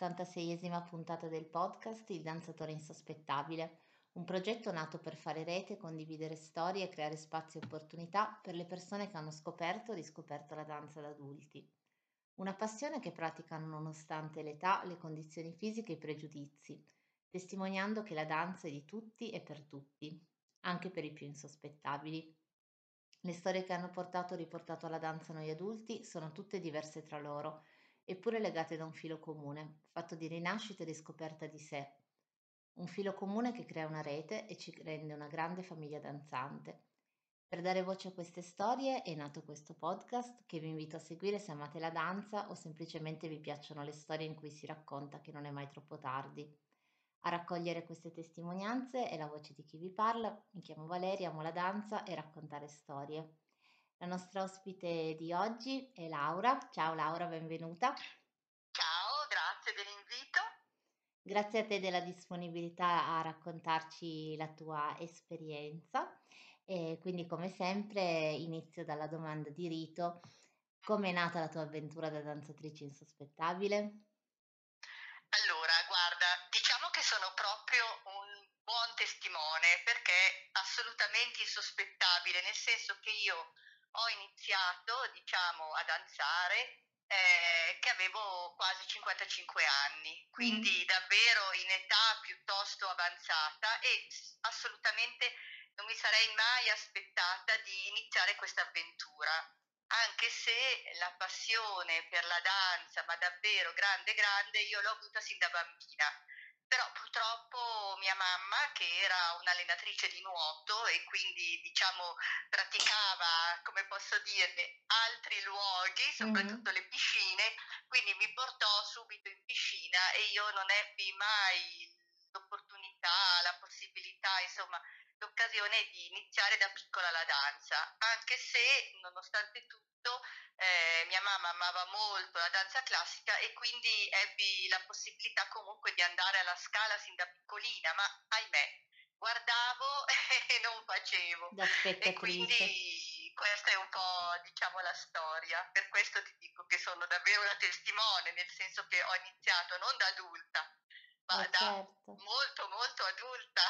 all'86esima puntata del podcast Il danzatore insospettabile, un progetto nato per fare rete, condividere storie e creare spazi e opportunità per le persone che hanno scoperto o riscoperto la danza da adulti. Una passione che praticano nonostante l'età, le condizioni fisiche e i pregiudizi, testimoniando che la danza è di tutti e per tutti, anche per i più insospettabili. Le storie che hanno portato o riportato alla danza noi adulti sono tutte diverse tra loro, eppure legate da un filo comune, fatto di rinascita e riscoperta di sé. Un filo comune che crea una rete e ci rende una grande famiglia danzante. Per dare voce a queste storie è nato questo podcast che vi invito a seguire se amate la danza o semplicemente vi piacciono le storie in cui si racconta che non è mai troppo tardi. A raccogliere queste testimonianze è la voce di chi vi parla. Mi chiamo Valeria, amo la danza e raccontare storie. La nostra ospite di oggi è Laura. Ciao Laura, benvenuta. Ciao, grazie dell'invito. Grazie a te della disponibilità a raccontarci la tua esperienza. E quindi, come sempre, inizio dalla domanda di rito. Come è nata la tua avventura da danzatrice insospettabile? Allora, guarda, diciamo che sono proprio un buon testimone perché assolutamente insospettabile, nel senso che io ho iniziato, diciamo, a danzare che avevo quasi 55 anni, Mm. quindi davvero in età piuttosto avanzata e assolutamente non mi sarei mai aspettata di iniziare questa avventura. Anche se la passione per la danza, ma davvero grande, grande, io l'ho avuta sin da bambina. Però purtroppo mia mamma, che era un'allenatrice di nuoto e quindi diciamo praticava, come posso dire, altri luoghi, Mhm. soprattutto le piscine, quindi mi portò subito in piscina e io non ebbi mai l'opportunità, la possibilità, insomma, l'occasione di iniziare da piccola la danza, anche se nonostante tutto mia mamma amava molto la danza classica e quindi ebbi la possibilità comunque di andare alla Scala sin da piccolina, ma ahimè, guardavo e non facevo. Da E spettatrice. quindi questa è un po', diciamo, la storia. Per questo ti dico che sono davvero una testimone, nel senso che ho iniziato non da adulta, ma da Certo. molto, molto adulta.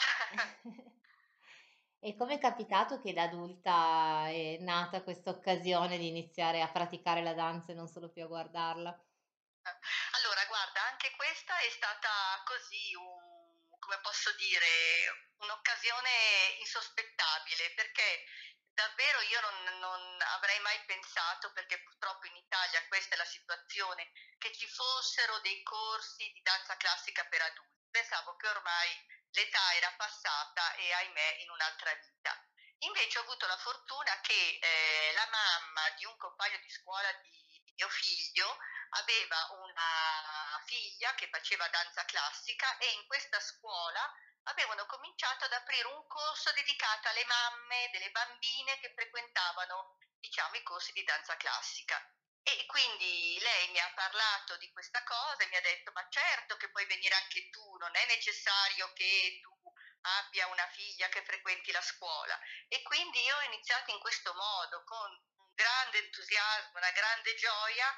E come è capitato che da adulta è nata questa occasione di iniziare a praticare la danza e non solo più a guardarla? Allora guarda, anche questa è stata così come posso dire, un'occasione insospettabile, perché davvero io non avrei mai pensato, perché purtroppo in Italia questa è la situazione, che ci fossero dei corsi di danza classica per adulti. Pensavo che ormai l'età era passata e ahimè in un'altra vita. Invece ho avuto la fortuna che la mamma di un compagno di scuola di mio figlio aveva una figlia che faceva danza classica e in questa scuola avevano cominciato ad aprire un corso dedicato alle mamme delle bambine che frequentavano, diciamo, i corsi di danza classica. E quindi lei mi ha parlato di questa cosa e mi ha detto: ma certo che puoi venire anche tu, non è necessario che tu abbia una figlia che frequenti la scuola. E quindi io ho iniziato in questo modo, con un grande entusiasmo, una grande gioia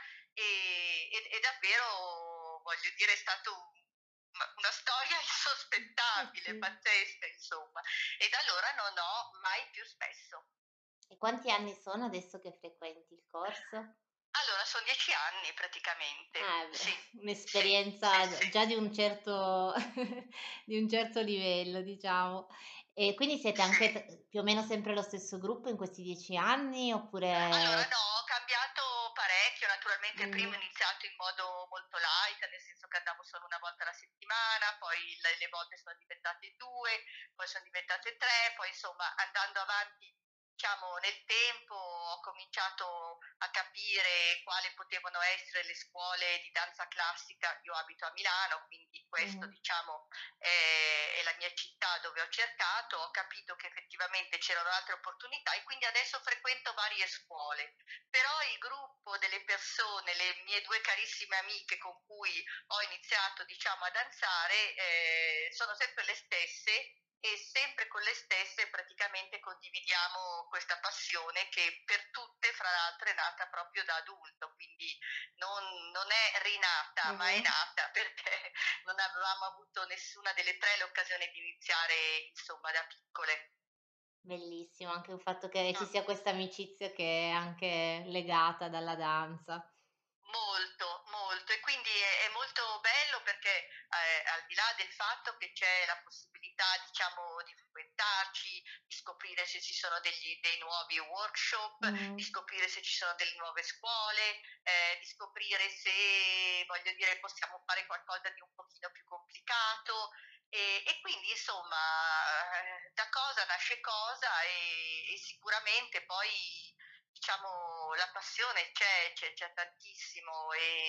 e davvero, voglio dire, è stato una storia Eh insospettabile, sì. pazzesca, insomma. E da allora non ho mai più smesso. E quanti anni sono adesso che frequenti il corso? Allora, sono 10 anni praticamente. Ah beh, Sì, sì, sì, un'esperienza sì. già di un certo di un certo livello, diciamo. E quindi siete Sì. anche più o meno sempre lo stesso gruppo in questi 10 anni Allora oppure no, ho cambiato parecchio, naturalmente prima ho mh, iniziato in modo molto light, nel senso che andavo solo una volta alla settimana, poi le volte sono diventate due, poi sono diventate tre, poi insomma andando avanti, diciamo, nel tempo ho cominciato a capire quali potevano essere le scuole di danza classica. Io abito a Milano, quindi questo, mh-mh, diciamo, è la mia città dove ho cercato, ho capito che effettivamente c'erano altre opportunità e quindi adesso frequento varie scuole, però il gruppo delle persone, le mie due carissime amiche con cui ho iniziato, diciamo, a danzare, sono sempre le stesse e sempre con le stesse praticamente condividiamo questa passione che per tutte, fra l'altro, è nata proprio da adulto, quindi non è rinata, ma è Mh-mh. nata perché non avevamo avuto nessuna delle 3 l'occasione di iniziare, insomma, da piccole. Bellissimo anche il fatto che ci Mh. sia questa amicizia che è anche legata dalla danza. Molto, molto e quindi è molto bello perché, al di là del fatto che c'è la possibilità, diciamo, di frequentarci, di scoprire se ci sono dei nuovi workshop, Mh-mh. di scoprire se ci sono delle nuove scuole, di scoprire se, voglio dire, possiamo fare qualcosa di un pochino più complicato e quindi insomma, da cosa nasce cosa e sicuramente poi diciamo la passione c'è tantissimo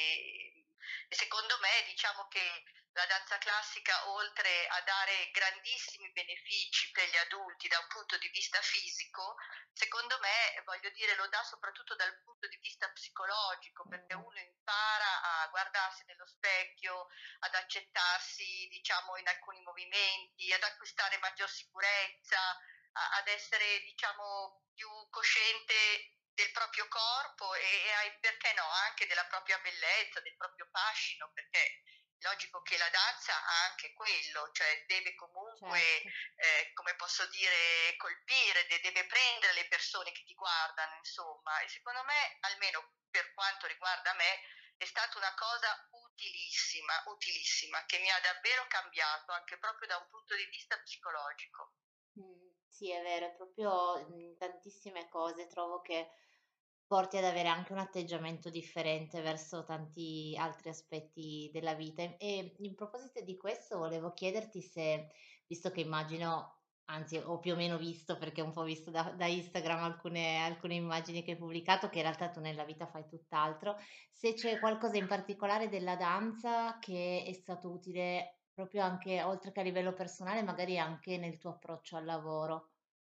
e secondo me diciamo che la danza classica oltre a dare grandissimi benefici per gli adulti da un punto di vista fisico, secondo me, voglio dire, lo dà soprattutto dal punto di vista psicologico, perché Mh. uno impara a guardarsi nello specchio, ad accettarsi, diciamo, in alcuni movimenti, ad acquistare maggior sicurezza, ad essere, diciamo, più cosciente del proprio corpo perché no, anche della propria bellezza, del proprio fascino, perché è logico che la danza ha anche quello, cioè deve comunque, Certo. come posso dire, colpire, deve prendere le persone che ti guardano, insomma, e secondo me, almeno per quanto riguarda me, è stata una cosa utilissima, utilissima, che mi ha davvero cambiato anche proprio da un punto di vista psicologico. Sì è vero, è proprio, tantissime cose trovo che porti ad avere anche un atteggiamento differente verso tanti altri aspetti della vita. E in proposito di questo volevo chiederti se, visto che immagino, anzi ho più o meno visto perché ho un po' visto da Instagram alcune immagini che hai pubblicato, che in realtà tu nella vita fai tutt'altro, se c'è qualcosa in particolare della danza che è stato utile proprio anche oltre che a livello personale, magari anche nel tuo approccio al lavoro.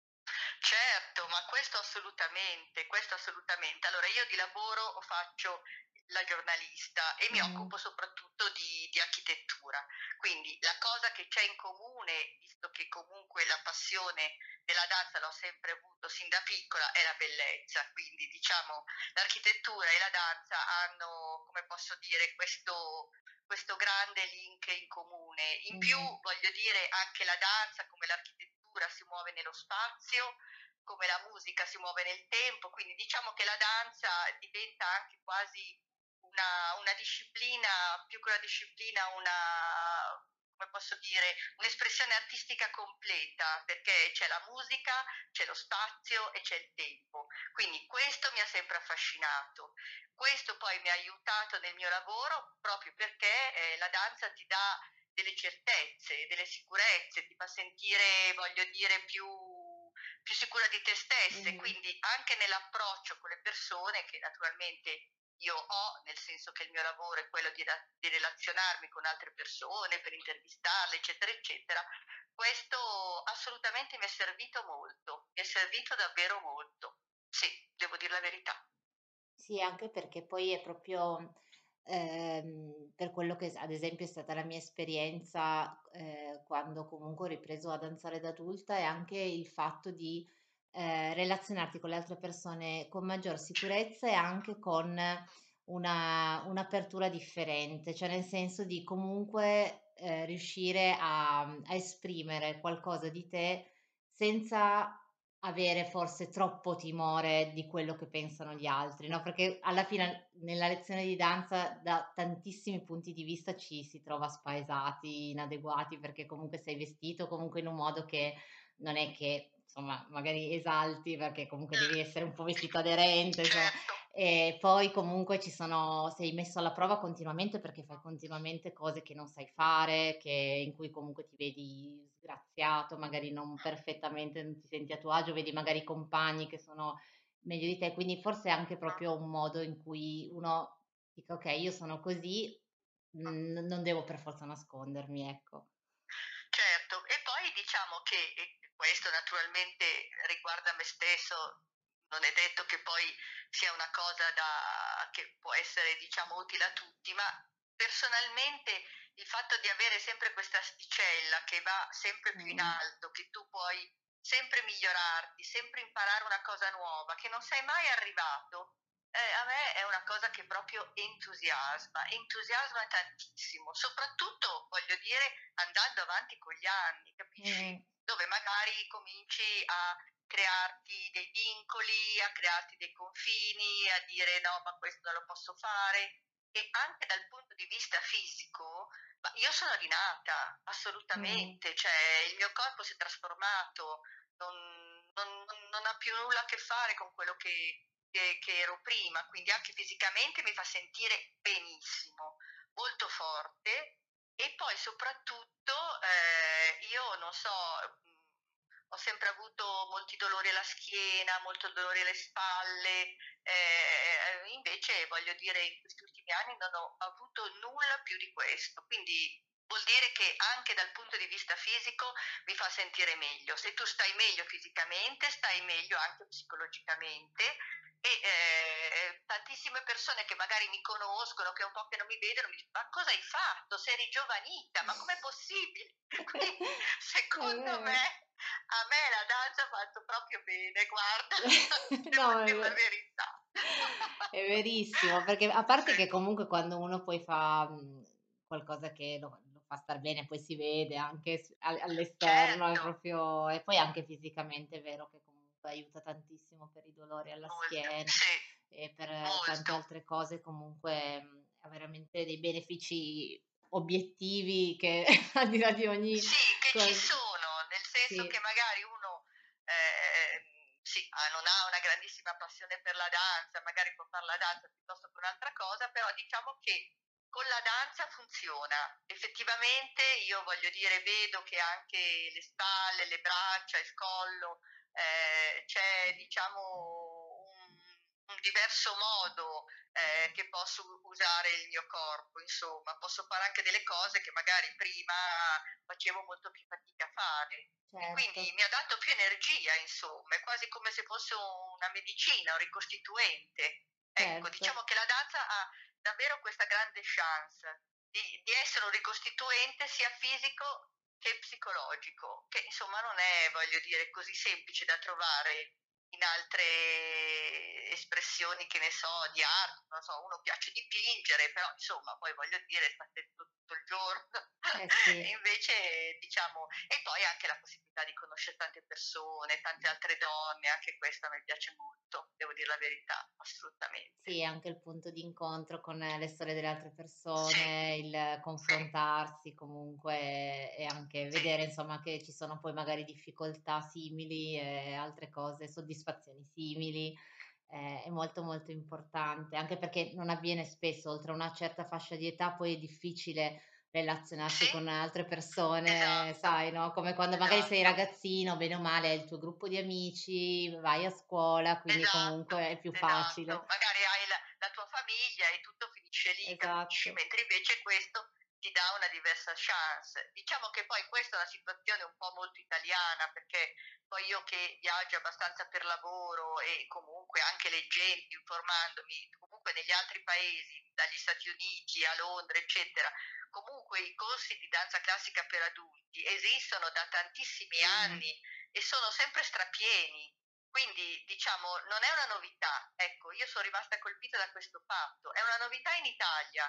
Certo, ma questo assolutamente, questo assolutamente. Allora io di lavoro faccio la giornalista e mi Mh, occupo soprattutto di architettura. Quindi la cosa che c'è in comune, visto che comunque la passione della danza l'ho sempre avuto sin da piccola, è la bellezza. Quindi diciamo l'architettura e la danza hanno, come posso dire, questo grande link in comune. In più, mh-mh, voglio dire, anche la danza, come l'architettura, si muove nello spazio, come la musica si muove nel tempo, quindi diciamo che la danza diventa anche quasi una disciplina, più che una disciplina, come posso dire, un'espressione artistica completa, perché c'è la musica, c'è lo spazio e c'è il tempo. Quindi questo mi ha sempre affascinato. Questo poi mi ha aiutato nel mio lavoro proprio perché la danza ti dà delle certezze, delle sicurezze, ti fa sentire, voglio dire, più sicura di te stessa e mh-mh. quindi anche nell'approccio con le persone che naturalmente io ho, nel senso che il mio lavoro è quello di relazionarmi con altre persone, per intervistarle, eccetera, eccetera, questo assolutamente mi è servito molto, mi è servito davvero molto. Sì, devo dire la verità. Sì, anche perché poi è proprio, per quello che ad esempio è stata la mia esperienza, quando comunque ho ripreso a danzare da adulta, è anche il fatto di, relazionarti con le altre persone con maggior sicurezza e anche con un'apertura differente, cioè nel senso di comunque, riuscire a esprimere qualcosa di te senza avere forse troppo timore di quello che pensano gli altri, no, perché alla fine nella lezione di danza da tantissimi punti di vista ci si trova spaesati, inadeguati, perché comunque sei vestito comunque in un modo che non è che, insomma, magari esalti, perché comunque devi Mm, essere un po' vestito aderente, insomma. certo. E poi comunque ci sono sei messo alla prova continuamente perché fai continuamente cose che non sai fare, che in cui comunque ti vedi sgraziato, magari non perfettamente, non ti senti a tuo agio, vedi magari i compagni che sono meglio di te, quindi forse è anche Mm, proprio un modo in cui uno dica: "Okay, io sono così, mm. non devo per forza nascondermi", ecco. Certo, e poi diciamo che questo naturalmente riguarda me stesso, non è detto che poi sia una cosa che può essere, diciamo, utile a tutti, ma personalmente il fatto di avere sempre questa asticella che va sempre più in Mh. alto, che tu puoi sempre migliorarti, sempre imparare una cosa nuova, che non sei mai arrivato, a me è una cosa che proprio entusiasma tantissimo, soprattutto, voglio dire, andando avanti con gli anni, Mh-mh. capisci? Dove magari cominci a crearti dei vincoli, a crearti dei confini, a dire no, ma questo non lo posso fare. E anche dal punto di vista fisico, ma io sono rinata, Mh. assolutamente, cioè il mio corpo si è trasformato, non ha più nulla a che fare con quello che ero prima, quindi anche fisicamente mi fa sentire benissimo, molto forte e poi soprattutto io non so, ho sempre avuto molti dolori alla schiena, molto dolore alle spalle, invece voglio dire in questi ultimi anni non ho avuto nulla più di questo, quindi vuol dire che anche dal punto di vista fisico mi fa sentire meglio. Se tu stai meglio fisicamente, stai meglio anche psicologicamente e tantissime persone che magari mi conoscono, che un po' che non mi vedono, mi dicono: ma cosa hai fatto? Sei rigiovanita, ma com'è possibile? Quindi È secondo vero. me a me la danza ha fatto proprio bene, guarda, devo No, dir la verità. è verissimo, perché a parte Sì, che comunque quando uno poi fa, qualcosa che lo fa star bene, poi si vede anche all'esterno, è certo, proprio e poi anche fisicamente è vero che comunque aiuta tantissimo per i dolori alla molto, schiena sì, e per tante molto. altre cose comunque, ha veramente dei benefici obiettivi che al di là di ogni Sì, che ci cos sono, nel senso che sì, magari uno, sì, non ha una grandissima passione per la danza, magari può far la danza piuttosto che un'altra cosa, però diciamo che con la danza funziona. Effettivamente io voglio dire, vedo che anche le spalle, le braccia, il collo, c'è diciamo un diverso modo che posso usare il mio corpo, insomma, posso fare anche delle cose che magari prima facevo molto più fatica a fare. E quindi certo, mi ha dato più energia, insomma, è quasi come se fosse una medicina, un ricostituente. Ecco, certo. diciamo che la danza ha davvero questa grande chance di essere un ricostituente sia fisico che psicologico, che insomma non è, voglio dire, così semplice da trovare in altre espressioni, che ne so, di arte, non so, uno piace dipingere, però insomma, poi voglio dire, sta seduto tutto il giorno. Eh E sì. invece, diciamo, e poi anche la possibilità di conoscere tante persone, tante altre donne, anche questa mi piace molto, devo dire la verità, assolutamente. Sì, anche il punto di incontro con le storie delle altre Sì, persone, il sì, confrontarsi comunque e anche sì, vedere insomma che ci sono poi magari difficoltà simili e altre cose, soddisfazioni simili, è molto, molto importante, anche perché non avviene spesso, oltre a una certa fascia di età poi è difficile relazionarsi sì, con altre persone, esatto, sai, no, come quando magari sei esatto. ragazzino, bene o male hai il tuo gruppo di amici, vai a scuola, quindi comunque Esatto, è più facile. esatto. Magari hai la tua famiglia e tutto finisce lì, capisci? Esatto. Mentre invece questo ti dà una diversa chance. Diciamo che poi questa è una situazione un po' molto italiana, perché poi io che viaggio abbastanza per lavoro e comunque anche leggendo, informandomi, comunque negli altri paesi, dagli Stati Uniti a Londra, eccetera, comunque i corsi di danza classica per adulti esistono da tantissimi Mh. anni e sono sempre strapieni. Quindi diciamo non è una novità, ecco, io sono rimasta colpita da questo fatto. È una novità in Italia,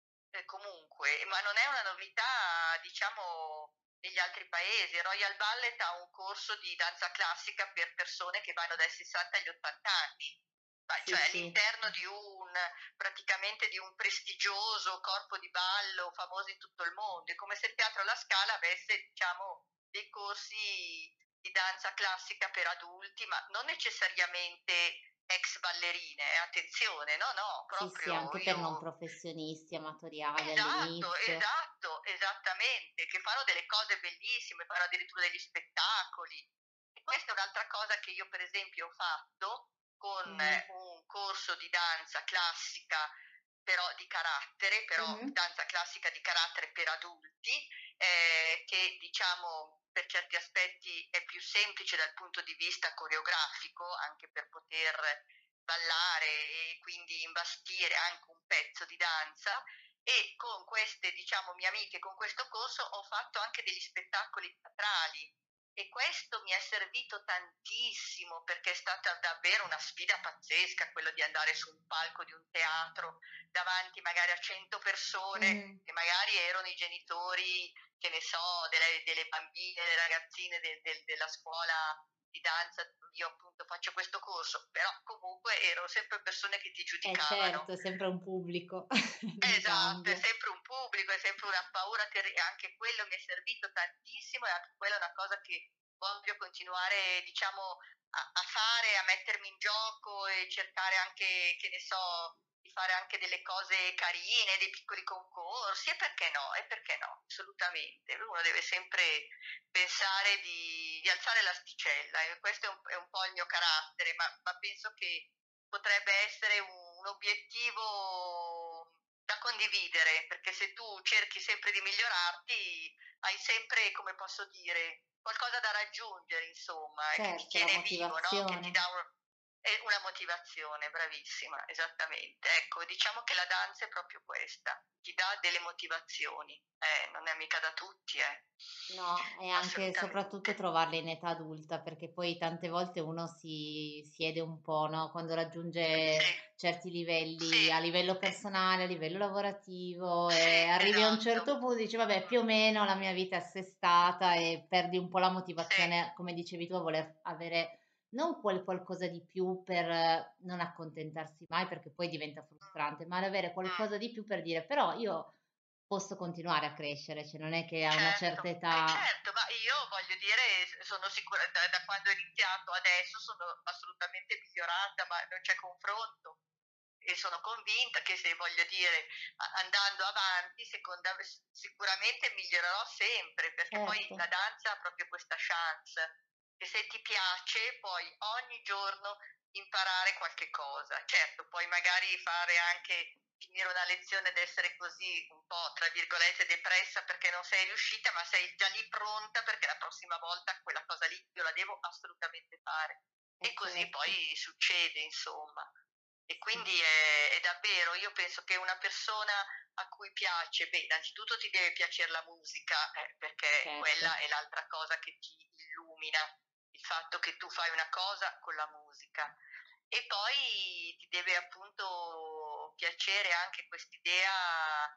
comunque, ma non è una novità, diciamo, negli altri paesi. Royal Ballet ha un corso di danza classica per persone che vanno dai 60 agli 80 anni, Sì, cioè sì, all'interno di praticamente di un prestigioso corpo di ballo famoso in tutto il mondo. È come se il Teatro alla Scala avesse, diciamo, dei corsi di danza classica per adulti, ma non necessariamente ex ballerine, attenzione, no, no, sì, sì, proprio anche per non io. professionisti amatoriali Esatto, all'inizio. esatto, esattamente, che fanno delle cose bellissime, fanno addirittura degli spettacoli. E questa è un'altra cosa che io per esempio ho fatto con Mh. un corso di danza classica, però di carattere, però Mh-mh. danza classica di carattere per adulti, che diciamo per certi aspetti è più semplice dal punto di vista coreografico, anche per poter ballare e quindi imbastire anche un pezzo di danza e con queste, diciamo, mie amiche, con questo corso ho fatto anche degli spettacoli teatrali e questo mi è servito tantissimo perché è stata davvero una sfida pazzesca quello di andare su un palco di un teatro davanti magari a 100 persone Mh. che magari erano i genitori, che ne so, delle bambine, delle ragazzine della scuola di danza. Io appunto faccio questo corso, però comunque erano sempre persone che ti Eh giudicavano. certo, è sempre un pubblico in Esatto, è cambio. sempre un pubblico, è sempre una paura e anche quello mi è servito tantissimo e anche quella è una cosa che voglio continuare, diciamo, a fare, a mettermi in gioco e cercare anche, che ne so, di fare anche delle cose carine, dei piccoli concorsi e perché no, assolutamente. Uno deve sempre pensare di alzare l'asticella e questo è un po' il mio carattere, ma penso che potrebbe essere un obiettivo da condividere, perché se tu cerchi sempre di migliorarti, hai sempre, come posso dire, qualcosa da raggiungere, insomma, e che ti Certo, la tiene vivo, no? Che ti motivazione. dà una motivazione, bravissima, esattamente. Ecco, diciamo che la danza è proprio questa, ti dà delle motivazioni. Non è mica da tutti, No, e anche e soprattutto assolutamente. trovarle in età adulta, perché poi tante volte uno si siede un po', no, quando raggiunge Sì, certi livelli, sì, a livello sì, personale, a livello lavorativo, sì, e arrivi a un esatto. certo punto e dici: "Vabbè, più o Mm, meno la mia vita è assestata", e perdi un po' la sì. motivazione, come dicevi tu, a voler avere non quel qualcosa di più per non accontentarsi mai, perché poi diventa frustrante, ma ad avere Mm. qualcosa di più per dire: "Però io posso continuare a crescere", cioè non è che a una certa età. Certo, ma io voglio dire, sono sicura da quando ho iniziato adesso sono assolutamente migliorata, ma non c'è confronto. E sono convinta che se voglio dire, andando avanti, sicuramente migliorerò sempre, perché poi Certo, la danza ha proprio questa chance, che se ti piace puoi ogni giorno imparare qualche cosa. Certo, puoi magari fare anche finire una lezione ed essere così un po', tra virgolette, depressa perché non sei riuscita, ma sei già lì pronta perché la prossima volta quella cosa lì io la devo assolutamente fare. E così certo, poi succede, insomma. E sì, quindi è davvero, io penso che una persona a cui piace, beh, innanzitutto ti deve piacere la musica, perché quella certo, è l'altra cosa che ti illumina, il fatto che tu fai una cosa con la musica. E poi ti deve appunto piacere anche quest'idea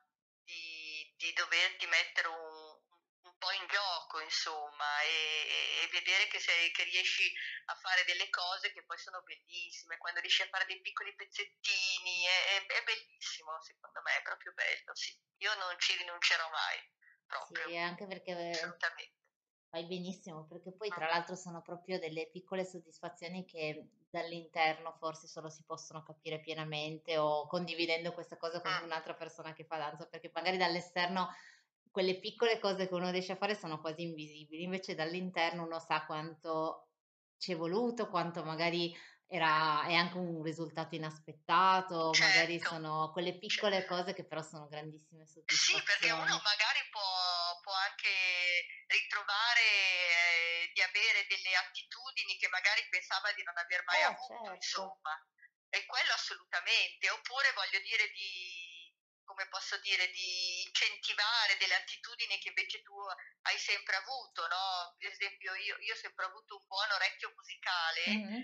di doverti mettere un po' in gioco, insomma, e vedere che riesci a fare delle cose che poi sono bellissime, quando riesci a fare dei piccoli pezzettini, è bellissimo, secondo me è proprio bello, sì. Io non ci rinuncerò mai, sì, proprio, anche perché assolutamente. fai benissimo, perché poi Mm, tra l'altro sono proprio delle piccole soddisfazioni che dall'interno forse solo si possono capire pienamente o condividendo questa cosa con mm, un'altra persona che fa danza, perché magari dall'esterno quelle piccole cose che uno riesce a fare sono quasi invisibili, invece dall'interno uno sa quanto ci è voluto, quanto magari è anche un risultato inaspettato, magari certo. sono quelle Cioè, piccole cose che però sono grandissime sì, perché uno soddisfazioni. magari può anche ritrovare di avere delle attitudini che magari pensava di non aver mai avuto, Certo, insomma. E quello assolutamente. Oppure voglio dire come posso dire, di incentivare delle attitudini che invece tu hai sempre avuto, no? Per esempio io ho sempre avuto un buon orecchio musicale, mh-mh,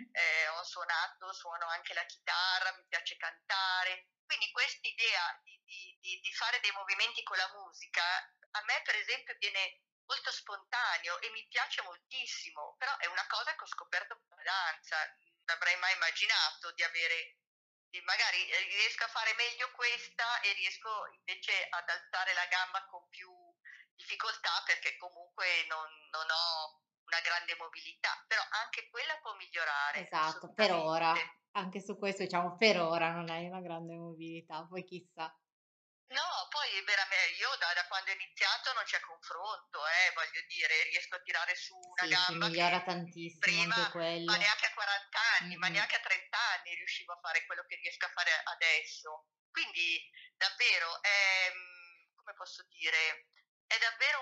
suono anche la chitarra, mi piace cantare, quindi quest'idea di fare dei movimenti con la musica, a me per esempio viene molto spontaneo e mi piace moltissimo, però è una cosa che ho scoperto con la danza, non avrei mai immaginato di avere, magari riesco a fare meglio questa e riesco invece ad alzare la gamba con più difficoltà perché comunque non ho una grande mobilità, però anche quella può migliorare, esatto, per ora. assolutamente. Anche su questo diciamo per ora non hai una grande mobilità, poi chissà. No, poi io da quando ho iniziato non c'è confronto, voglio dire, riesco a tirare su una Sì, si gamba migliora che tantissimo prima, anche ma quello. neanche a 40 anni, ma Mh-mh. neanche a 30 anni riuscivo a fare quello che riesco a fare adesso. Quindi davvero è, come posso dire, è davvero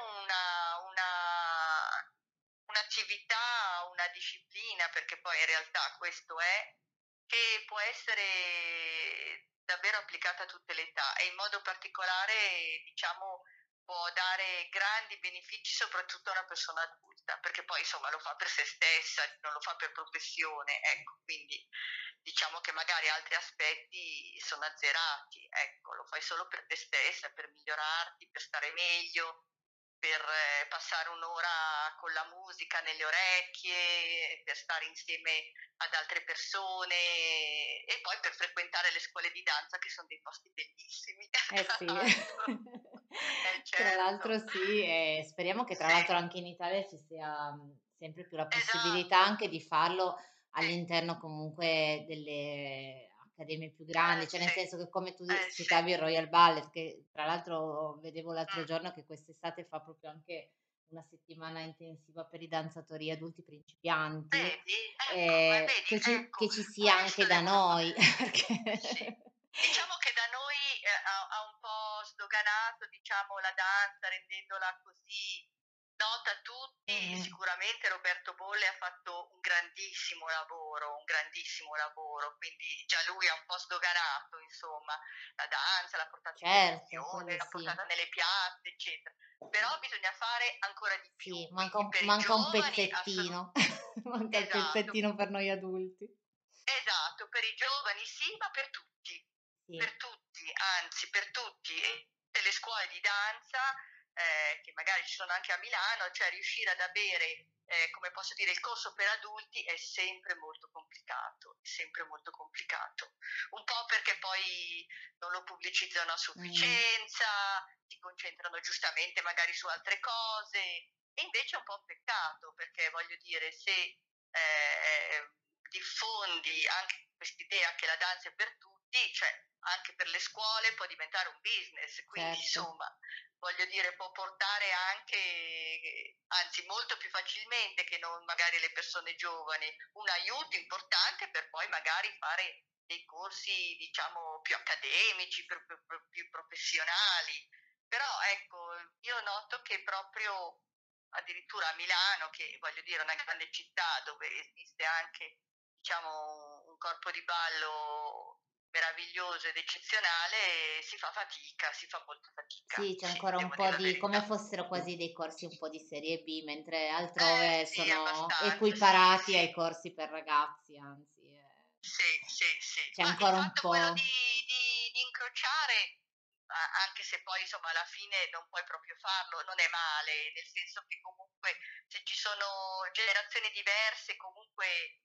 un'attività, una disciplina, perché poi in realtà questo è, che può essere davvero applicata a tutte le età e in modo particolare, diciamo, può dare grandi benefici soprattutto a una persona adulta, perché poi insomma lo fa per se stessa, non lo fa per professione, ecco, quindi diciamo che magari altri aspetti sono azzerati, ecco, lo fai solo per te stessa, per migliorarti, per stare meglio, per passare un'ora con la musica nelle orecchie, per stare insieme ad altre persone e poi per frequentare le scuole di danza che sono dei posti bellissimi, Eh tra sì, l'altro. tra l'altro Certo, sì, e speriamo che tra sì, l'altro anche in Italia ci sia sempre più la possibilità esatto, anche di farlo sì, all'interno comunque delle accademie più grandi, cioè nel sì, senso che come tu sì, citavi il Royal Ballet, che tra l'altro vedevo l'altro mm. giorno che quest'estate fa proprio anche una settimana intensiva per i danzatori adulti principianti, Vedi? Ecco, ma vedi, che ecco, ci sia anche questo da devono noi, sì. perché Diciamo che da noi, ha un po' sdoganato, diciamo, la danza rendendola così nota a tutti. Mh-mh. Sicuramente Roberto Bolle ha fatto un grandissimo lavoro, quindi già lui ha un po' sdoganato, insomma, la danza, l'ha portata in Certo, televisione, quello l'ha sì. portata nelle piazze, eccetera. Però bisogna fare ancora di più, Sì, quindi per i manca un giovani assolut pezzettino. Manca il esatto. pezzettino per noi adulti. Esatto, per i giovani sì, ma Sì, anzi per tutti e tutte le scuole di danza, che magari ci sono anche a Milano, cioè riuscire ad avere, come posso dire, il corso per adulti è sempre molto complicato, è sempre molto complicato. Un po' perché poi non lo pubblicizzano a mh, sufficienza, si concentrano giustamente magari su altre cose e invece è un po' un peccato perché voglio dire se diffondi anche quest'idea che la danza è per tutti, cioè anche per le scuole può diventare un business, quindi certo, insomma voglio dire può portare anche, anzi molto più facilmente che non magari le persone giovani, un aiuto importante per poi magari fare dei corsi diciamo più accademici, più professionali. Però ecco, io noto che proprio addirittura a Milano, che voglio dire è una grande città dove esiste anche diciamo un corpo di ballo meraviglioso ed eccezionale, si fa molta fatica, sì, c'è sì, ancora un devo dire po' la di come verità. fossero quasi dei corsi un po' di serie B, mentre altrove Sì, sono abbastanza, sì, equiparati sì. ai corsi per ragazzi, anzi, Sì, sì, sì. c'è Ma il ancora un fatto quello po'. di incrociare, anche se poi insomma alla fine non puoi proprio farlo, non è male, nel senso che comunque se ci sono generazioni diverse, comunque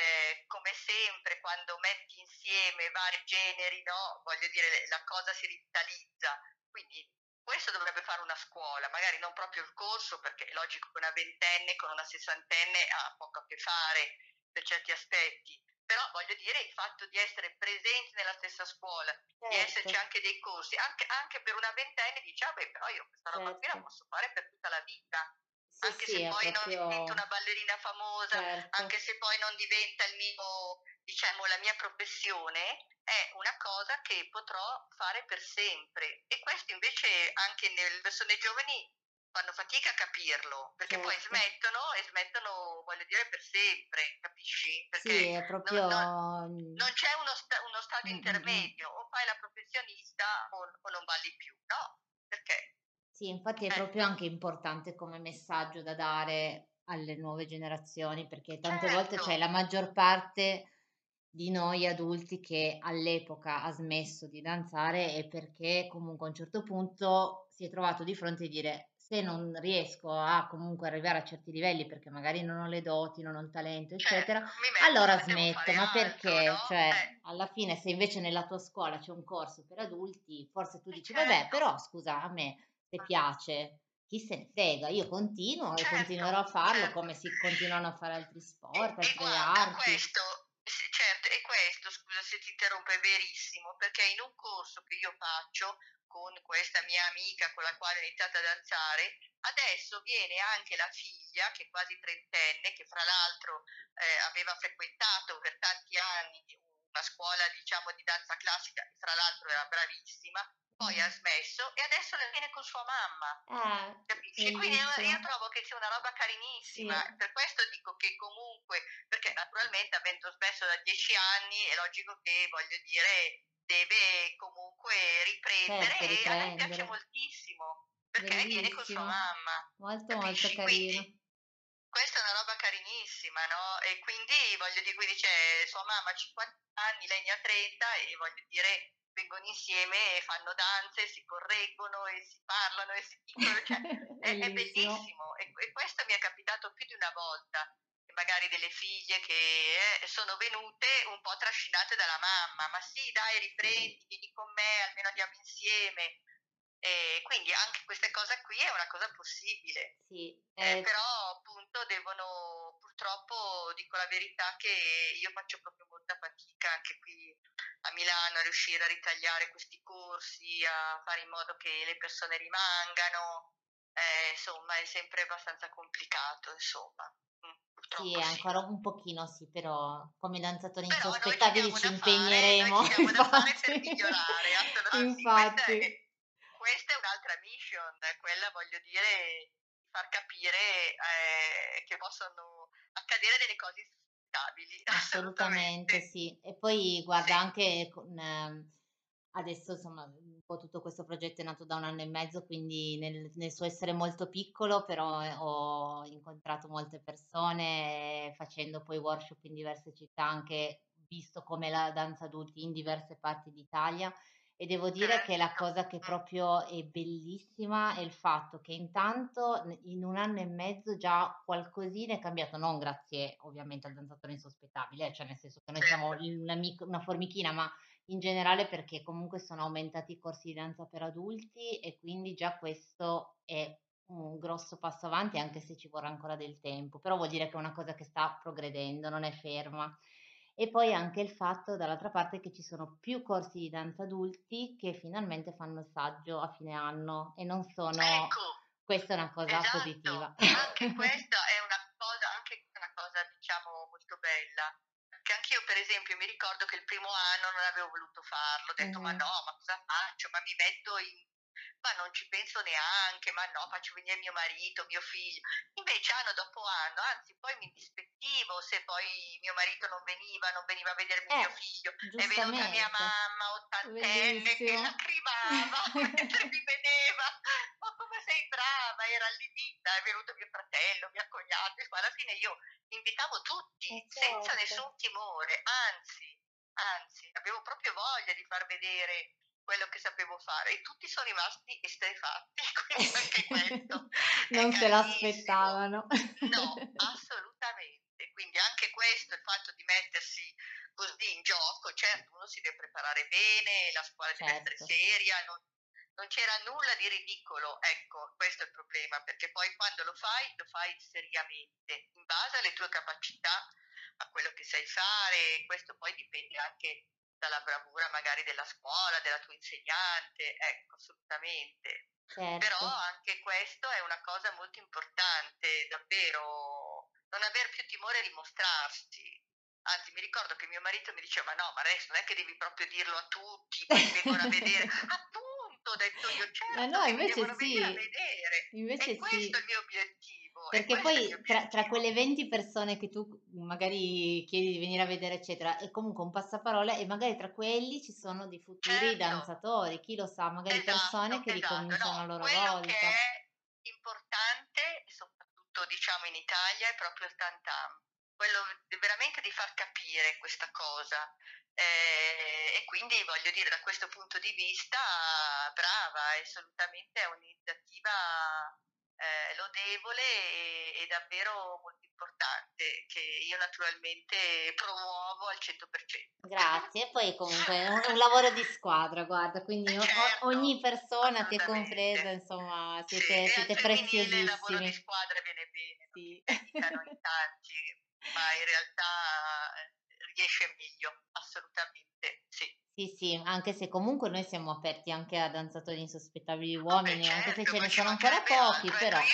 come sempre quando metti insieme vari generi, no? Voglio dire, la cosa si rivitalizza. Quindi questo dovrebbe fare una scuola, magari non proprio il corso, perché è logico che una ventenne con una sessantenne ha poco a che fare per certi aspetti, però voglio dire il fatto di essere presenti nella stessa scuola, di esserci Certo, anche dei corsi, anche per una ventenne dice, ah beh, però io questa roba qui la certo. posso fare per tutta la vita, Sì, anche sì, se è poi non divento una proprio ballerina famosa, certo. anche se poi non diventa il mio, diciamo, la mia professione, è una cosa che potrò fare per sempre. E questo invece anche nelle persone giovani fanno fatica a capirlo, perché poi Certo. smettono, voglio dire, per sempre, capisci? Sì, Perché è non, proprio non- non c'è uno stadio mh. intermedio, o fai la professionista o non balli più, no? Perché? Sì, infatti è proprio anche importante come messaggio da dare alle nuove generazioni, perché tante volte Certo, c'è la maggior parte di noi adulti che all'epoca ha smesso di danzare e perché comunque a un certo punto si è trovato di fronte a dire se non riesco a comunque arrivare a certi livelli perché magari non ho le doti, non ho il talento, eccetera, certo, mi metto allora e devo smetto, fare ma altro, perché? no? Cioè, alla fine se invece nella tua scuola c'è un corso per adulti, forse tu dici, vabbè, Certo, però scusa, a me se piace, chi se ne frega, io continuo e certo, continuerò a farlo certo. come si continuano a fare altri sport, E altre guarda, arti. certo, e questo, scusa se ti interrompo, è verissimo, perché in un corso che io faccio con questa mia amica con la quale ho iniziato a danzare, adesso viene anche la figlia, che è quasi trentenne, che fra l'altro aveva frequentato per tanti anni una scuola, diciamo, di danza classica, e fra l'altro era bravissima, poi ha Mm. smesso e adesso le viene con sua mamma. Capisci? Quindi io Bellissimo. trovo che sia una roba Sì, carinissima, per questo dico che comunque, perché naturalmente avendo smesso da 10 anni è logico che voglio dire deve comunque riprendere certo, e a lei piace riprendere. moltissimo perché viene con sua Bellissimo, mamma, molto, molto capisci? carino. Quindi questa è una roba carinissima, no, e quindi voglio di quindi c'è sua mamma ha 50 anni, lei ne ha 30 e voglio dire vengono insieme e fanno danze, si correggono e si parlano e si dicono, cioè è Bellissimo. bellissimo e questo mi è capitato più di una volta, che magari delle figlie che, sono venute un po' trascinate dalla mamma: "Ma sì dai riprendi, vieni con me, almeno andiamo insieme". Quindi anche queste cose qui è una cosa possibile. Sì, Però appunto devono purtroppo dico la verità che io faccio proprio molta fatica anche qui a Milano a riuscire a ritagliare questi corsi, a fare in modo che le persone rimangano, insomma è sempre abbastanza complicato insomma. sì, Purtroppo sì. ancora un pochino sì, però come danzatori Però insospettabili ci noi impegneremo, ci diamo da fare per infatti, migliorare, sì, infatti. questa è un'altra mission, quella voglio dire di far capire, che possono accadere delle cose insospettabili, Assolutamente assolutamente. sì. E poi Sì, guarda anche con adesso insomma, un po' tutto questo progetto è nato da 1 anno e mezzo, quindi nel suo essere molto piccolo, però, ho incontrato molte persone, facendo poi workshop in diverse città, anche visto come la danza adulti in diverse parti d'Italia, e devo dire che la certo. cosa che proprio è bellissima è il fatto che intanto in 1 anno e mezzo già qualcosina è cambiato, non grazie ovviamente al danzatore insospettabile, cioè nel senso che noi siamo Certo. una formichina, ma in generale perché comunque sono aumentati i corsi di danza per adulti e quindi già questo è un grosso passo avanti, anche se ci vorrà ancora del tempo, però vuol dire che è una cosa che sta progredendo, non è ferma. E poi anche il fatto dall'altra parte che ci sono più corsi di danza adulti che finalmente fanno il saggio a fine anno e non sono, Ecco, questa è una cosa positiva. esatto. Anche questa è una cosa diciamo molto bella. Che anch'io per esempio mi ricordo che il primo anno non avevo voluto farlo, ho detto: "Ma Mh-mh. no, ma cosa faccio? Ma mi metto in ma non ci penso neanche, ma no, faccio venire mio marito, mio figlio". Invece anno dopo anno, anzi poi mi indispettivo se poi mio marito non veniva a vedermi mio figlio. È venuta mia Giustamente. mamma ottantenne che Bellissimo. lacrimava mentre mi vedeva. "Ma come sei brava!" Era allibita. È venuto mio fratello, mia cognata, insomma alla fine io invitavo tutti senza Certo. nessun timore, anzi, avevo proprio voglia di far vedere quello che sapevo fare e tutti sono rimasti esterrefatti, quindi anche questo è Non se carinissimo. l'aspettavano. No, assolutamente. Quindi anche questo, il fatto di mettersi così in gioco, certo uno si deve preparare bene, la scuola deve essere Certo, seria, non c'era nulla di ridicolo, ecco, questo è il problema, perché poi quando lo fai seriamente, in base alle tue capacità, a quello che sai fare, questo poi dipende anche dalla bravura magari della scuola, della tua insegnante, ecco, assolutamente. Però certo. anche questo è una cosa molto importante, davvero, non aver più timore di mostrarsi. Anzi, mi ricordo che mio marito mi diceva: "Ma no, ma adesso non è che devi proprio dirlo a tutti, poi ti vengono a vedere". Appunto, ho detto io: Ma "Certo no, che mi invece devono venire a sì, vedere". E invece questo è sì. il mio obiettivo, e Perché questo è il mio poi tra obiettivo. quelle 20 persone che tu magari chiedi di venire a vedere, eccetera, è comunque un passaparola e magari tra quelli ci sono dei futuri Certo. danzatori, chi lo sa, magari persone Esatto, che esatto. ricominciano a No, loro quello che volta. è importante, soprattutto diciamo in Italia, è proprio il tantam. Quello veramente di far capire questa cosa. E quindi voglio dire, da questo punto di vista, brava, assolutamente è un'iniziativa lodevole e davvero molto importante, che io naturalmente promuovo al 100%. Grazie. E poi comunque è un lavoro di squadra, guarda, quindi ogni Certo, persona, te compresa, assolutamente. insomma, Sì, e al siete femminile il lavoro di preziosissimi. squadra viene bene, lo si Sì. dedicano in tanti, ma in realtà riesce meglio, assolutamente, sì. Sì, sì, anche se comunque noi siamo aperti anche a danzatori insospettabili Ah beh uomini, anche se certo, ce ma ne ci sono ancora mancherebbe pochi, altro. Ecco, però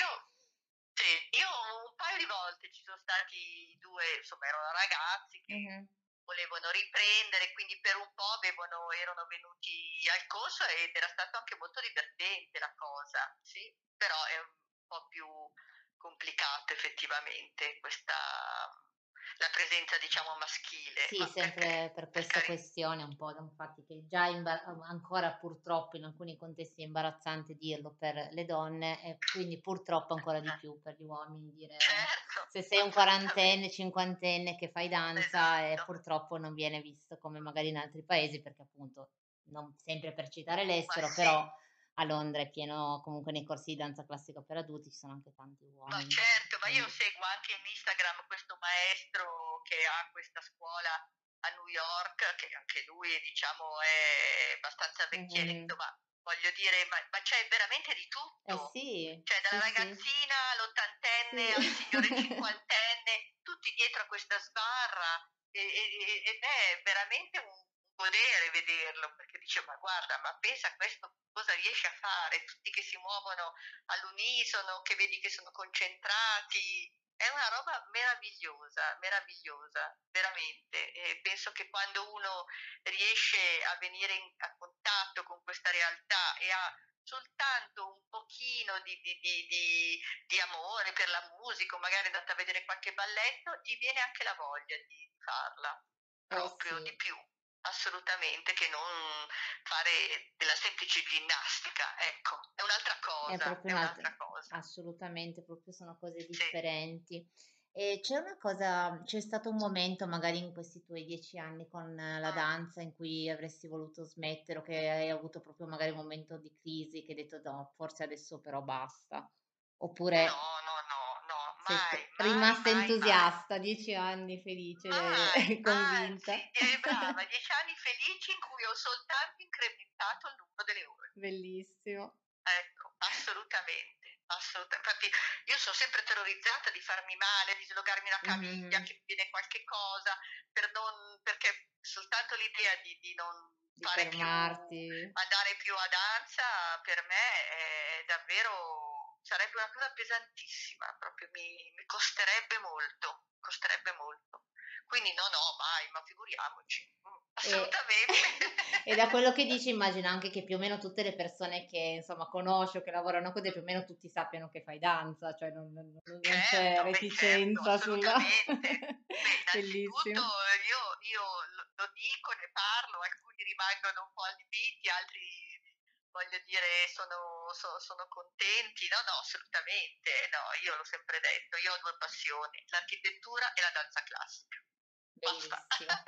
io un paio di volte ci sono stati 2 insomma erano ragazzi che mh-mh, volevano riprendere, quindi per un po' erano venuti al corso ed era stato anche molto divertente la cosa, sì, però è un po' più complicato effettivamente questa la presenza diciamo maschile, Sì, ma sempre per per questa carità. questione un po', infatti che già ancora purtroppo in alcuni contesti è imbarazzante dirlo per le donne e quindi purtroppo ancora di più per gli uomini dire Certo, se sei un quarantenne, assolutamente, cinquantenne che fai danza e esatto, purtroppo non viene visto come magari in altri paesi perché appunto, non sempre per citare ma l'estero, sì. però a Londra è pieno comunque nei corsi di danza classica per adulti ci sono anche tanti Ma uomini, certo, ma io quindi seguo anche in Instagram questo maestro che ha questa scuola a New York, che anche lui, diciamo, è abbastanza mh-mh. vecchietto, ma voglio dire, ma c'è veramente di Eh tutto. sì, Cioè, sì, dalla sì, ragazzina all'ottantenne sì. al signore cinquantenne, tutti dietro a questa sbarra, ed è veramente un godere vederlo, perché dice, ma guarda, ma pensa a questo cosa riesce a fare, tutti che si muovono all'unisono, che vedi che sono concentrati. È una roba meravigliosa, meravigliosa, veramente. E penso che quando uno riesce a venire a contatto con questa realtà e ha soltanto un pochino di amore per la musica, o magari è andata a vedere qualche balletto, gli viene anche la voglia di farla, Eh proprio sì, di più, assolutamente, che non fare della semplice ginnastica, ecco, è proprio è un'altra un'altra cosa. assolutamente, proprio sono cose Sì. differenti. E c'è stato un momento magari in questi tuoi 10 anni con la Mm. danza in cui avresti voluto smettere o che hai avuto proprio magari un momento di crisi che hai detto no, forse adesso però basta. No, Oppure no, no, no, sei mai, mai, rimasta mai, mai. entusiasta, 10 anni felice Mai, e anzi, convinta. brava, 10 anni felici in cui ho soltanto incrementato il numero delle ore. Bellissimo. Ecco, assolutamente, infatti io sono sempre terrorizzata di farmi male, di slogarmi la caviglia, Mh-mh-mh. che mi viene qualche cosa, perché soltanto l'idea di non Di fare più, fermarti. andare più a danza per me è davvero, sarebbe una cosa pesantissima, proprio mi costerebbe molto. Quindi no, no, mai, ma figuriamoci, E assolutamente. e da quello che dici immagino anche che più o meno tutte le persone che insomma conosci o che lavorano con te, più o meno tutti sappiano che fai danza, cioè non c'è Certo, beh certo, reticenza sulla assolutamente. Beh, innanzitutto bellissimo. io lo dico, ne parlo, alcuni rimangono un po' allibiti, altri voglio dire sono contenti. No, no, assolutamente, no, io l'ho sempre detto, io ho 2 passioni, l'architettura e la danza classica. Basta. Bellissimo.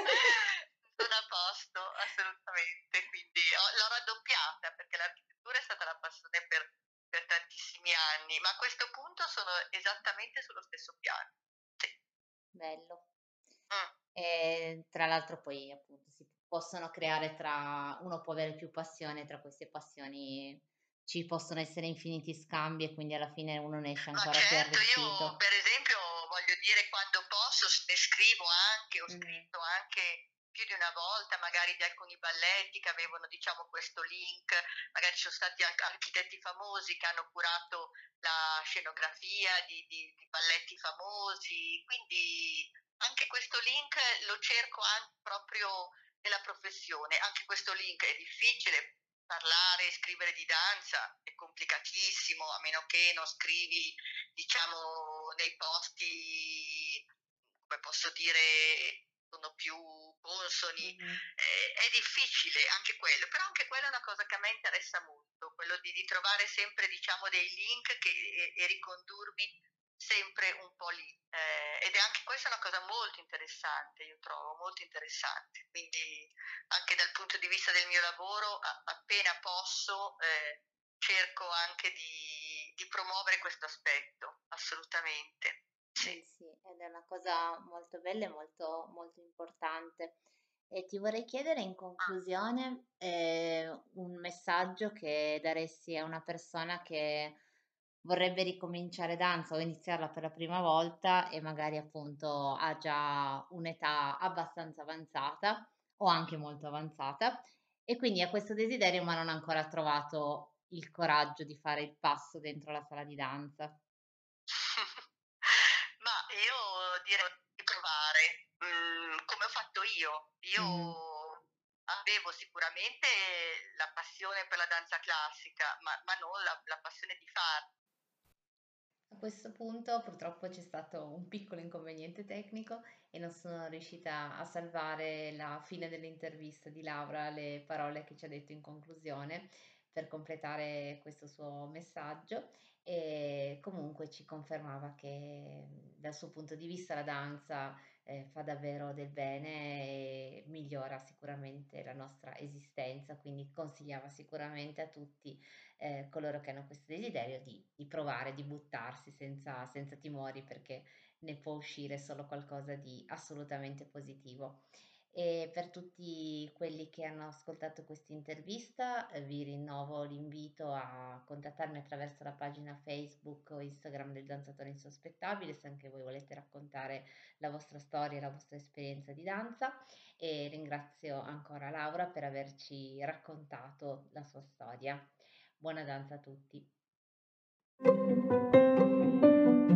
Sono a posto, assolutamente. Quindi l'ho raddoppiata perché l'architettura è stata la passione per tantissimi anni, ma a questo punto sono esattamente sullo stesso piano. Sì. Bello. Mm. E tra l'altro poi appunto si possono creare tra uno può avere più passione, tra queste passioni ci possono essere infiniti scambi e quindi alla fine uno ne esce Ma ancora più certo, io arricchito. per esempio voglio dire quando posso ne scrivo anche, ho Mh-mh. scritto anche più di una volta magari di alcuni balletti che avevano diciamo questo link, magari ci sono stati anche architetti famosi che hanno curato la scenografia di balletti famosi, quindi anche questo link lo cerco anche proprio nella professione, anche questo link è difficile. Parlare e scrivere di danza è complicatissimo, a meno che non scrivi diciamo nei posti, come posso dire, sono più consoni, Mh-mh. è difficile anche quello, però anche quella è una cosa che a me interessa molto, quello di trovare sempre diciamo dei link e ricondurmi sempre un po' lì. Ed è anche questa una cosa molto interessante, io trovo molto interessante, quindi anche dal punto di vista del mio lavoro, appena posso, cerco anche di promuovere questo aspetto, assolutamente. Sì. Sì, ed è una cosa molto bella e molto, molto importante. E ti vorrei chiedere in Mm. conclusione, un messaggio che daresti a una persona che vorrebbe ricominciare danza o iniziarla per la prima volta e magari appunto ha già un'età abbastanza avanzata o anche molto avanzata e quindi ha questo desiderio ma non ha ancora trovato il coraggio di fare il passo dentro la sala di danza. Ma io direi di provare, come ho fatto io. Mh-mh. Io avevo sicuramente la passione per la danza classica, ma non la passione di farla. A questo punto purtroppo c'è stato un piccolo inconveniente tecnico e non sono riuscita a salvare la fine dell'intervista di Laura, le parole che ci ha detto in conclusione per completare questo suo messaggio e comunque ci confermava che dal suo punto di vista la danza fa davvero del bene e migliora sicuramente la nostra esistenza, quindi consigliava sicuramente a tutti coloro che hanno questo desiderio di provare, di buttarsi senza timori perché ne può uscire solo qualcosa di assolutamente positivo. E per tutti quelli che hanno ascoltato questa intervista, vi rinnovo l'invito a contattarmi attraverso la pagina Facebook o Instagram del Danzatore Insospettabile se anche voi volete raccontare la vostra storia e la vostra esperienza di danza e ringrazio ancora Laura per averci raccontato la sua storia. Buona danza a tutti.